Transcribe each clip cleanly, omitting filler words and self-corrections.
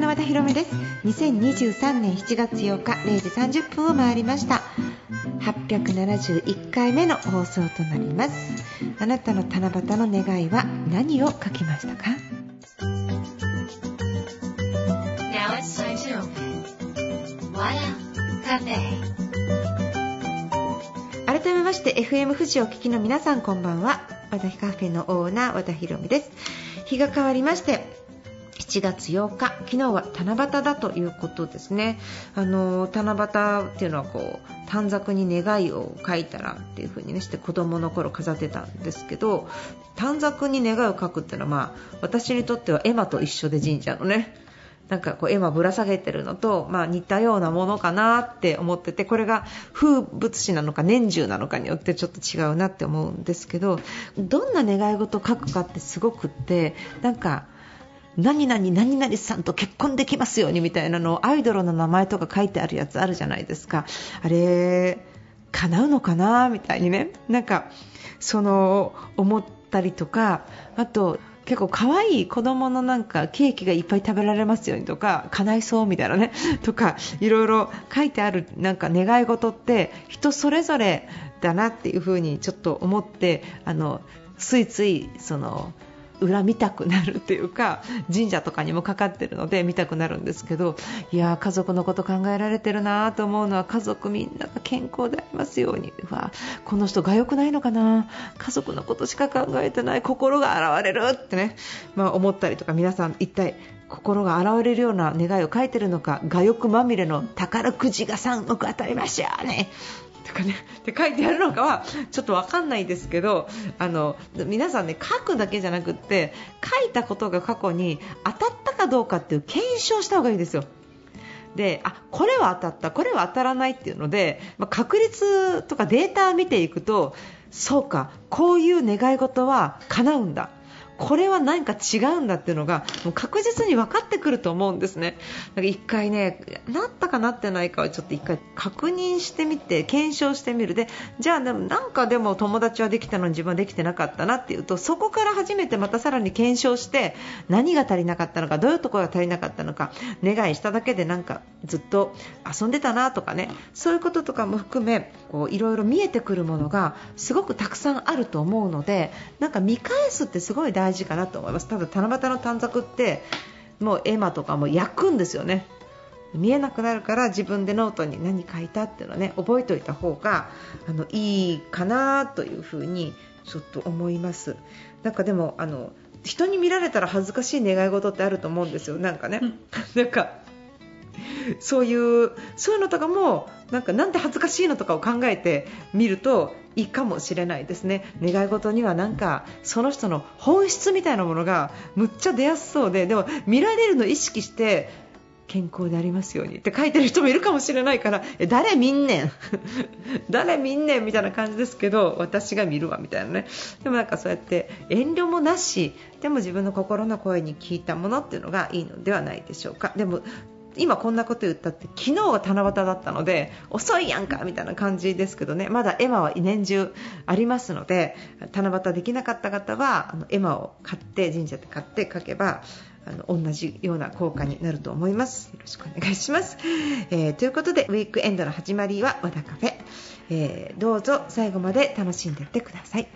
の和田博美です。2023年7月8日0時30分を回りました。871回目の放送となります。あなたの七夕の願いは何を書きましたか？ Now it's time to open Wada Cafe。 改めまして FM 富士をお聞きの皆さん、こんばんは。和田カフェのオーナー和田博美です。日が変わりまして7月8日、昨日は七夕だということですね。七夕っていうのは短冊に願いを書いたらっていう風にねして子供の頃飾ってたんですけど、短冊に願いを書くっていうのは、私にとっては絵馬と一緒で、神社のねなんか絵馬ぶら下げてるのと、似たようなものかなって思ってて、これが風物詩なのか年中なのかによってちょっと違うなって思うんですけど、どんな願い事を書くかってすごくって、なんか何々何々さんと結婚できますようにみたいなのをアイドルの名前とか書いてあるやつあるじゃないですか。あれ叶うのかなみたいにね、なんか思ったりとか、あと結構可愛い子供のなんかケーキがいっぱい食べられますようにとか、叶いそうみたいなねとか、いろいろ書いてあるなんか願い事って人それぞれだなっていうふうにちょっと思って、ついつい裏見たくなるっていうか、神社とかにもかかってるので見たくなるんですけど、いや家族のこと考えられてるなと思うのは、家族みんなが健康でありますように。この人が良くないのかな、家族のことしか考えてない、心が現れるってね、思ったりとか、皆さん一体心が現れるような願いを書いてるのか、我欲まみれの宝くじが3億当たりましたねとかねって書いてあるのかはちょっと分かんないですけど、皆さんね、書くだけじゃなくって、書いたことが過去に当たったかどうかっていう検証した方がいいですよ。で、これは当たった、これは当たらないっていうので、確率とかデータを見ていくと、そうか、こういう願い事は叶うんだ、これは何か違うんだっていうのがもう確実に分かってくると思うんですね。一回ね、なったかなってないかはちょっと一回確認してみて、検証してみる。で、じゃあなんかでも友達はできたのに自分はできてなかったなっていうと、そこから初めてまたさらに検証して、何が足りなかったのか、どういうところが足りなかったのか、願いしただけでなんかずっと遊んでたなとかね、そういうこととかも含め、いろいろ見えてくるものがすごくたくさんあると思うので、なんか見返すってすごい大事かなと思います。ただ七夕の短冊ってもう絵馬とかも焼くんですよね。見えなくなるから、自分でノートに何書いたっていうのはね、覚えておいた方がいいかなというふうにちょっと思います。なんかでも人に見られたら恥ずかしい願い事ってあると思うんですよ。なんかね、なんかそういうのとかもなんで恥ずかしいのとかを考えてみるといいかもしれないですね。願い事にはなんかその人の本質みたいなものがむっちゃ出やすそうで、でも見られるのを意識して健康でありますようにって書いてる人もいるかもしれないから、誰見んねん誰見んねんみたいな感じですけど、私が見るわみたいなね。でもなんかそうやって遠慮もなし、でも自分の心の声に聞いたものっていうのがいいのではないでしょうか。でも今こんなこと言ったって昨日は七夕だったので遅いやんかみたいな感じですけどね、まだ絵馬は年中ありますので、七夕できなかった方は絵馬を買って、神社で買って書けば同じような効果になると思います。よろしくお願いします。ということでウィークエンドの始まりは和田カフェ、どうぞ最後まで楽しんでいってください。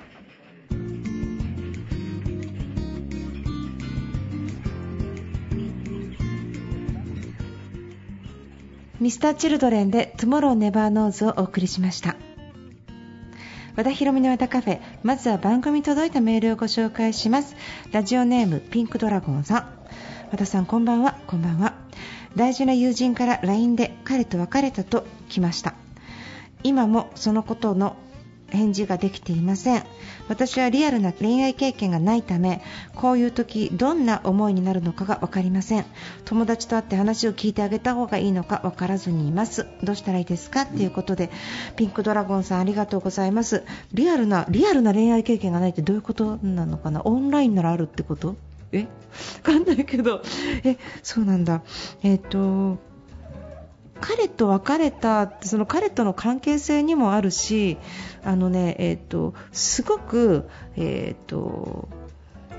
ミスターチルドレンで Tomorrow Never Knows をお送りしました。和田博美の和田カフェ、まずは番組に届いたメールをご紹介します。ラジオネームピンクドラゴンさん。和田さん、こんばんは。こんばんは。大事な友人から LINE で彼と別れたと来ました。今もそのことの返事ができていません。私はリアルな恋愛経験がないため、こういう時どんな思いになるのかが分かりません。友達と会って話を聞いてあげた方がいいのか分からずにいます。どうしたらいいですかということで、ピンクドラゴンさん、ありがとうございます。リアルな恋愛経験がないってどういうことなのかな。オンラインならあるってこと？分かんないけど、そうなんだ。彼と別れた、その彼との関係性にもあるし、すごく、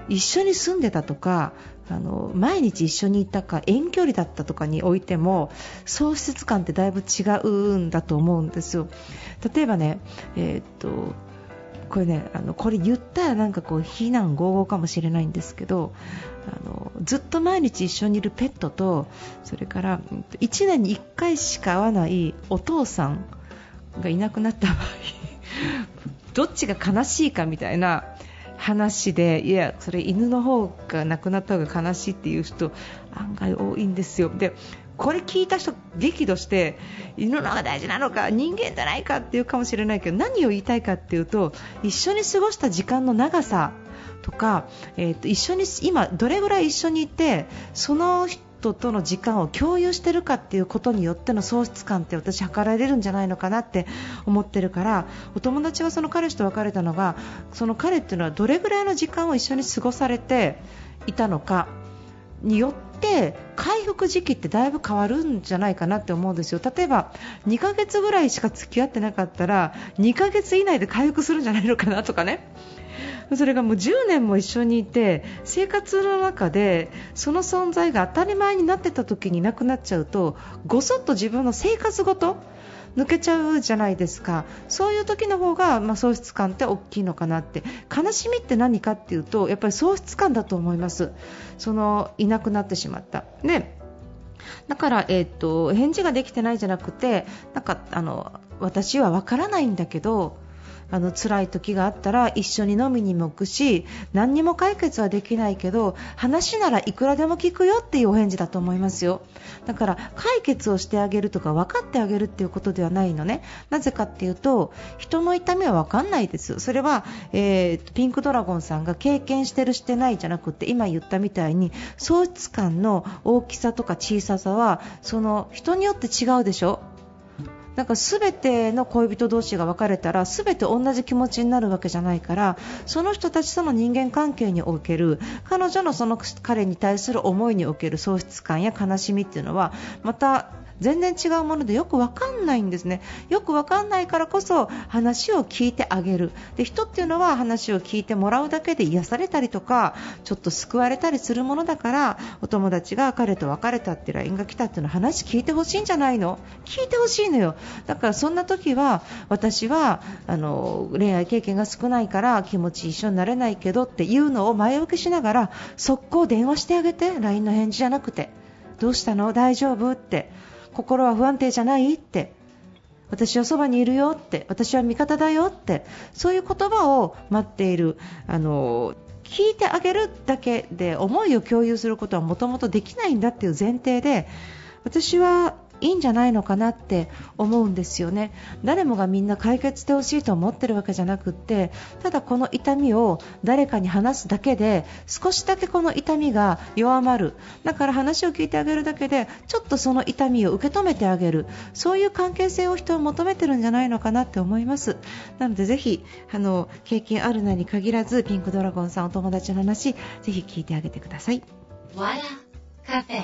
一緒に住んでたとか毎日一緒にいたか遠距離だったとかにおいても喪失感ってだいぶ違うんだと思うんですよ。例えばね、これねこれ言ったらなんかこう非難合々かもしれないんですけど、ずっと毎日一緒にいるペットと、それから1年に1回しか会わないお父さんがいなくなった場合どっちが悲しいかみたいな話で、いやそれ犬の方が亡くなった方が悲しいっていう人案外多いんですよ。でこれ聞いた人激怒して犬の方が大事なのか人間じゃないかっていうかもしれないけど、何を言いたいかっていうと、一緒に過ごした時間の長さとか、一緒に今どれぐらい一緒にいてその人との時間を共有しているかっていうことによっての喪失感って私測られるんじゃないのかなって思ってるから、お友達がその彼氏と別れたのが、その彼っていうのはどれぐらいの時間を一緒に過ごされていたのかによって回復時期ってだいぶ変わるんじゃないかなって思うんですよ。例えば2ヶ月ぐらいしか付き合ってなかったら2ヶ月以内で回復するんじゃないのかなとかね。それがもう10年も一緒にいて生活の中でその存在が当たり前になってた時になくなっちゃうと、ごそっと自分の生活ごと抜けちゃうじゃないですか。そういう時の方が、喪失感って大きいのかなって。悲しみって何かっていうとやっぱり喪失感だと思います。いなくなってしまったね。だから、返事ができてないじゃなくて、なんか私は分からないんだけど辛い時があったら一緒に飲みにも行くし、何にも解決はできないけど話ならいくらでも聞くよっていうお返事だと思いますよ。だから解決をしてあげるとか分かってあげるっていうことではないのね。なぜかっていうと、人の痛みは分かんないです。それは、ピンクドラゴンさんが経験してるしてないじゃなくて、今言ったみたいに喪失感の大きさとか小ささは人によって違うでしょ。なんか全ての恋人同士が別れたら全て同じ気持ちになるわけじゃないから、その人たちとの人間関係における彼女のその彼に対する思いにおける喪失感や悲しみっていうのはまた全然違うものでよくわかんないんですね。よくわかんないからこそ話を聞いてあげる。で、人っていうのは話を聞いてもらうだけで癒されたりとかちょっと救われたりするものだから、お友達が彼と別れたって LINE が来たっていうの話聞いてほしいんじゃないの。聞いてほしいのよ。だからそんな時は私は恋愛経験が少ないから気持ち一緒になれないけどっていうのを前置きしながら速攻電話してあげて。 LINE の返事じゃなくて、どうしたの、大丈夫って、心は不安定じゃないって、私はそばにいるよって、私は味方だよって、そういう言葉を待っている。聞いてあげるだけで思いを共有することはもともとできないんだっていう前提で、私はいいんじゃないのかなって思うんですよね。誰もがみんな解決してほしいと思ってるわけじゃなくって、ただこの痛みを誰かに話すだけで少しだけこの痛みが弱まる。だから話を聞いてあげるだけでちょっとその痛みを受け止めてあげる、そういう関係性を人は求めてるんじゃないのかなって思います。なのでぜひ経験あるなに限らず、ピンクドラゴンさんお友達の話ぜひ聞いてあげてください。 Wada Cafe。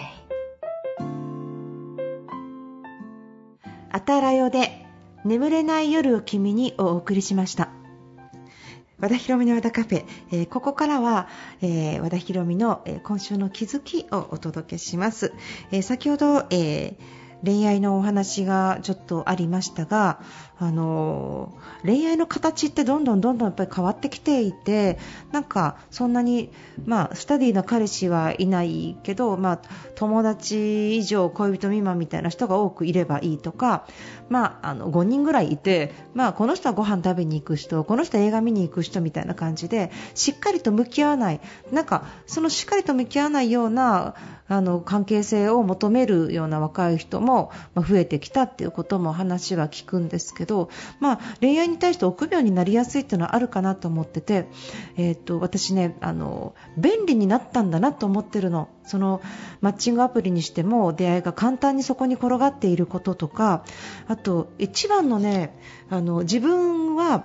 あたらよで眠れない夜を君にをお送りしました。和田ひろみの和田カフェ、ここからは、和田ひろみの、今週の気づきをお届けします。先ほど、恋愛のお話がちょっとありましたが、恋愛の形ってどんどんやっぱり変わってきていて、なんかそんなに、スタディな彼氏はいないけど、友達以上恋人未満みたいな人が多くいればいいとか、5人ぐらいいて、この人はご飯食べに行く人、この人は映画見に行く人みたいな感じでしっかりと向き合わない、なんかそのしっかりと向き合わないような関係性を求めるような若い人も増えてきたっていうことも話は聞くんですけど、恋愛に対して臆病になりやすいっていうのはあるかなと思ってて、私ね便利になったんだなと思ってるの。そのマッチングアプリにしても出会いが簡単にそこに転がっていることとか、あと一番のね自分が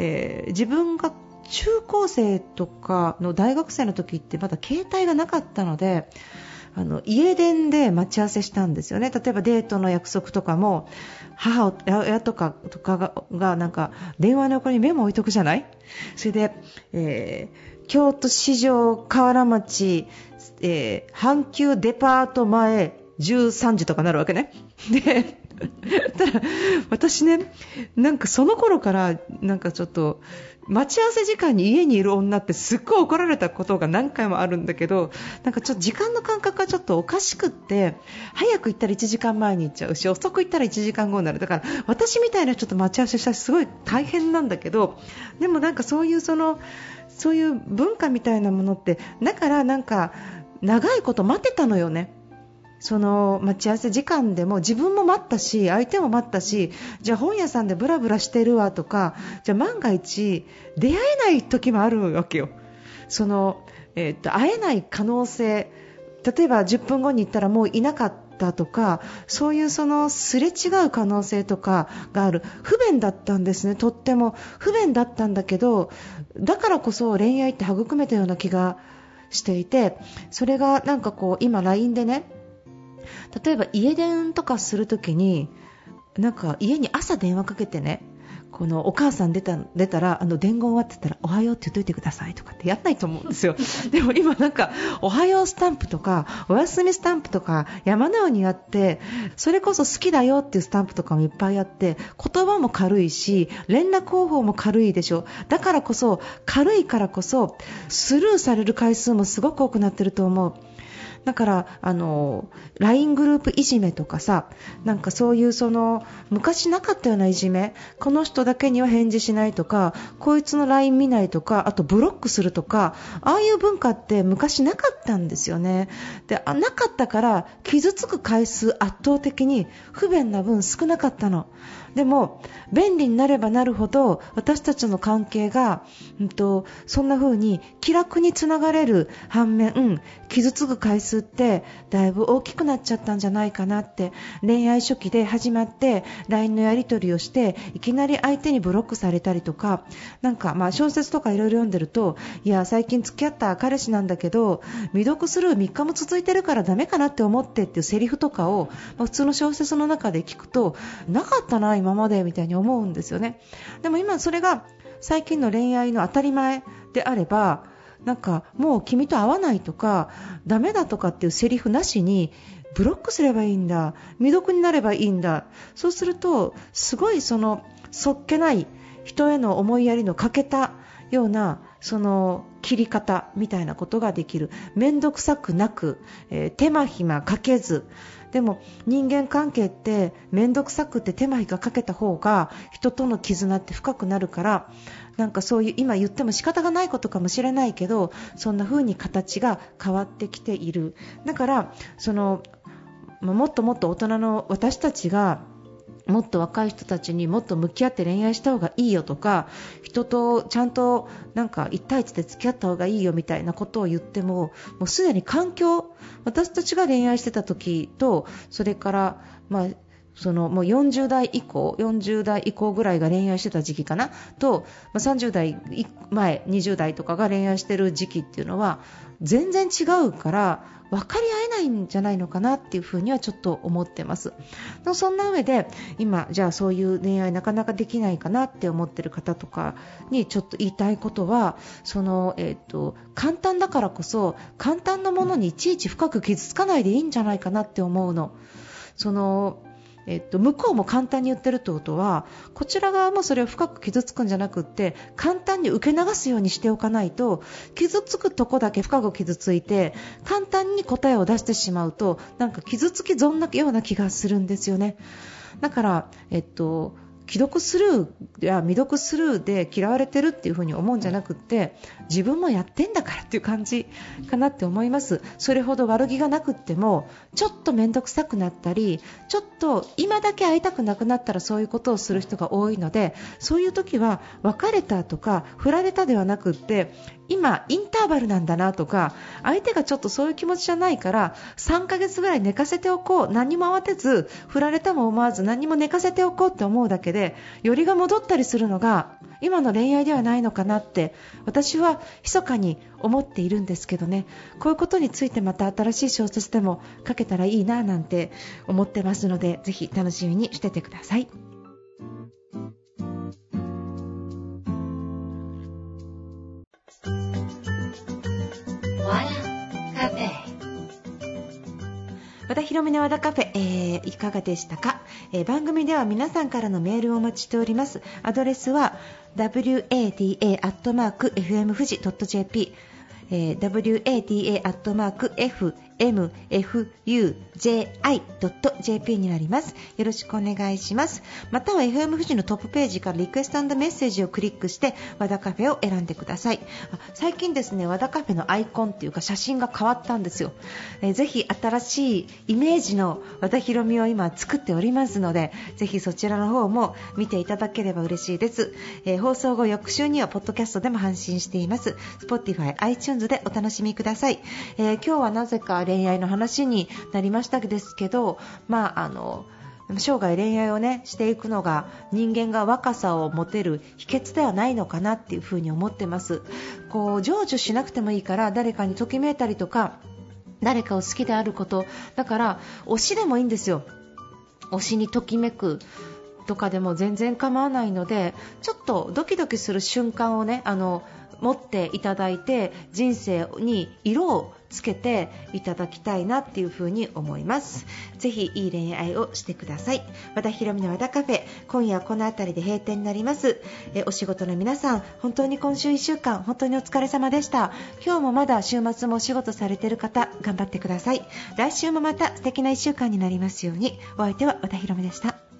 中高生とかの大学生の時ってまだ携帯がなかったので、家電で待ち合わせしたんですよね。例えばデートの約束とかも母親とかがなんか電話の横にメモ置いとくじゃない。それで、 京都市場河原町、阪急デパート前13時とかなるわけね。でただ私ね、なんかその頃からなんかちょっと待ち合わせ時間に家にいる女ってすっごい怒られたことが何回もあるんだけど、なんかちょっと時間の感覚がちょっとおかしくって、早く行ったら1時間前に行っちゃうし、遅く行ったら1時間後になる。だから私みたいなちょっと待ち合わせしたらすごい大変なんだけど、でもなんかそういう文化みたいなものって、だからなんか長いこと待ってたのよね。その待ち合わせ時間でも自分も待ったし、相手も待ったし、じゃあ本屋さんでブラブラしてるわとか、じゃあ万が一出会えない時もあるわけよ。会えない可能性、例えば10分後に行ったらもういなかったとか、そういうすれ違う可能性とかがある。不便だったんですね。とっても不便だったんだけど、だからこそ恋愛って育めたような気がしていて、それがなんかこう今 LINE でね、例えば家電とかするときに、なんか家に朝電話かけてね、このお母さん出たら伝言終わってたらおはようって言っといてくださいとかってやんないと思うんですよ。でも今なんかおはようスタンプとかおやすみスタンプとか山のようにあって、それこそ好きだよっていうスタンプとかもいっぱいあって、言葉も軽いし連絡方法も軽いでしょ。だからこそ、軽いからこそスルーされる回数もすごく多くなってると思う。だからLINE グループいじめとかさ、なんかそういう昔なかったようないじめ、この人だけには返事しないとか、こいつの LINE 見ないとか、あとブロックするとか、ああいう文化って昔なかったんですよね。で、なかったから傷つく回数圧倒的に不便な分少なかったの。でも便利になればなるほど私たちの関係が、そんな風に気楽につながれる反面、傷つく回数ってだいぶ大きくなっちゃったんじゃないかなって。恋愛初期で始まって LINE のやり取りをして、いきなり相手にブロックされたりとか、なんか小説とかいろいろ読んでると、いや最近付き合った彼氏なんだけど未読スルー3日も続いてるからダメかなって思ってっていうセリフとかを、普通の小説の中で聞くと、なかったな今までみたいに思うんですよね。でも今それが最近の恋愛の当たり前であれば、なんかもう君と会わないとかダメだとかっていうセリフなしにブロックすればいいんだ、未読になればいいんだ。そうするとすごいそっけない人への思いやりの欠けたような切り方みたいなことができる。めんどくさくなく、手間暇かけず。でも人間関係ってめんどくさくて手間暇かけた方が人との絆って深くなるから、なんかそういう今言っても仕方がないことかもしれないけど、そんな風に形が変わってきている。だからもっともっと大人の私たちがもっと若い人たちにもっと向き合って恋愛した方がいいよとか、人とちゃんとなんか1対1で付き合った方がいいよみたいなことを言っても、もうすでに環境、私たちが恋愛してた時と、それからもう40代以降ぐらいが恋愛してた時期かなと、30代前20代とかが恋愛してる時期っていうのは全然違うから、分かり合えないんじゃないのかなっていうふうにはちょっと思ってます。そんな上で今じゃあそういう恋愛なかなかできないかなって思ってる方とかにちょっと言いたいことは、簡単だからこそ簡単なものにいちいち深く傷つかないでいいんじゃないかなって思うの。向こうも簡単に言ってるってことは、こちら側もそれを深く傷つくんじゃなくって、簡単に受け流すようにしておかないと、傷つくとこだけ深く傷ついて簡単に答えを出してしまうと、なんか傷つき損なような気がするんですよね。だから既読スルーや未読スルーで嫌われてるっていう風に思うんじゃなくって、自分もやってんだからっていう感じかなって思います。それほど悪気がなくっても、ちょっと面倒くさくなったり、ちょっと今だけ会いたくなくなったらそういうことをする人が多いので、そういう時は別れたとか振られたではなくって、今インターバルなんだなとか、相手がちょっとそういう気持ちじゃないから3ヶ月ぐらい寝かせておこう、何も慌てず振られたも思わず何も寝かせておこうって思うだけで、よりが戻ったりするのが今の恋愛ではないのかなって私は密かに思っているんですけどね。こういうことについてまた新しい小説でも書けたらいいななんて思ってますので、ぜひ楽しみにしててください。 和田ひろみの和田カフェ、いかがでしたか。番組では皆さんからのメールをお待ちしております。アドレスは wada@fmfuji.jp wada@fmfuji.jp になります。よろしくお願いします。または FM 富士のトップページからリクエスト&メッセージをクリックして和田カフェを選んでください。最近ですね、和田カフェのアイコンっていうか写真が変わったんですよ。ぜひ新しいイメージの和田ひろみを今作っておりますので、ぜひそちらの方も見ていただければ嬉しいです。放送後翌週にはポッドキャストでも配信しています。Spotify、iTunesでお楽しみください。今日はなぜか恋愛の話になりましたですけど、生涯恋愛をねしていくのが人間が若さを持てる秘訣ではないのかなっていうふうに思ってます。こう成就しなくてもいいから誰かにときめいたりとか誰かを好きであることだから推しでもいいんですよ。推しにときめくとかでも全然構わないので、ちょっとドキドキする瞬間をね持っていただいて人生に色をつけていただきたいなっていうふうに思います。ぜひいい恋愛をしてください。和田ひろみの和田カフェ、今夜はこの辺りで閉店になります。お仕事の皆さん、本当に今週1週間本当にお疲れ様でした。今日もまだ週末もお仕事されている方頑張ってください。来週もまた素敵な1週間になりますように。お相手は和田ひろみでした。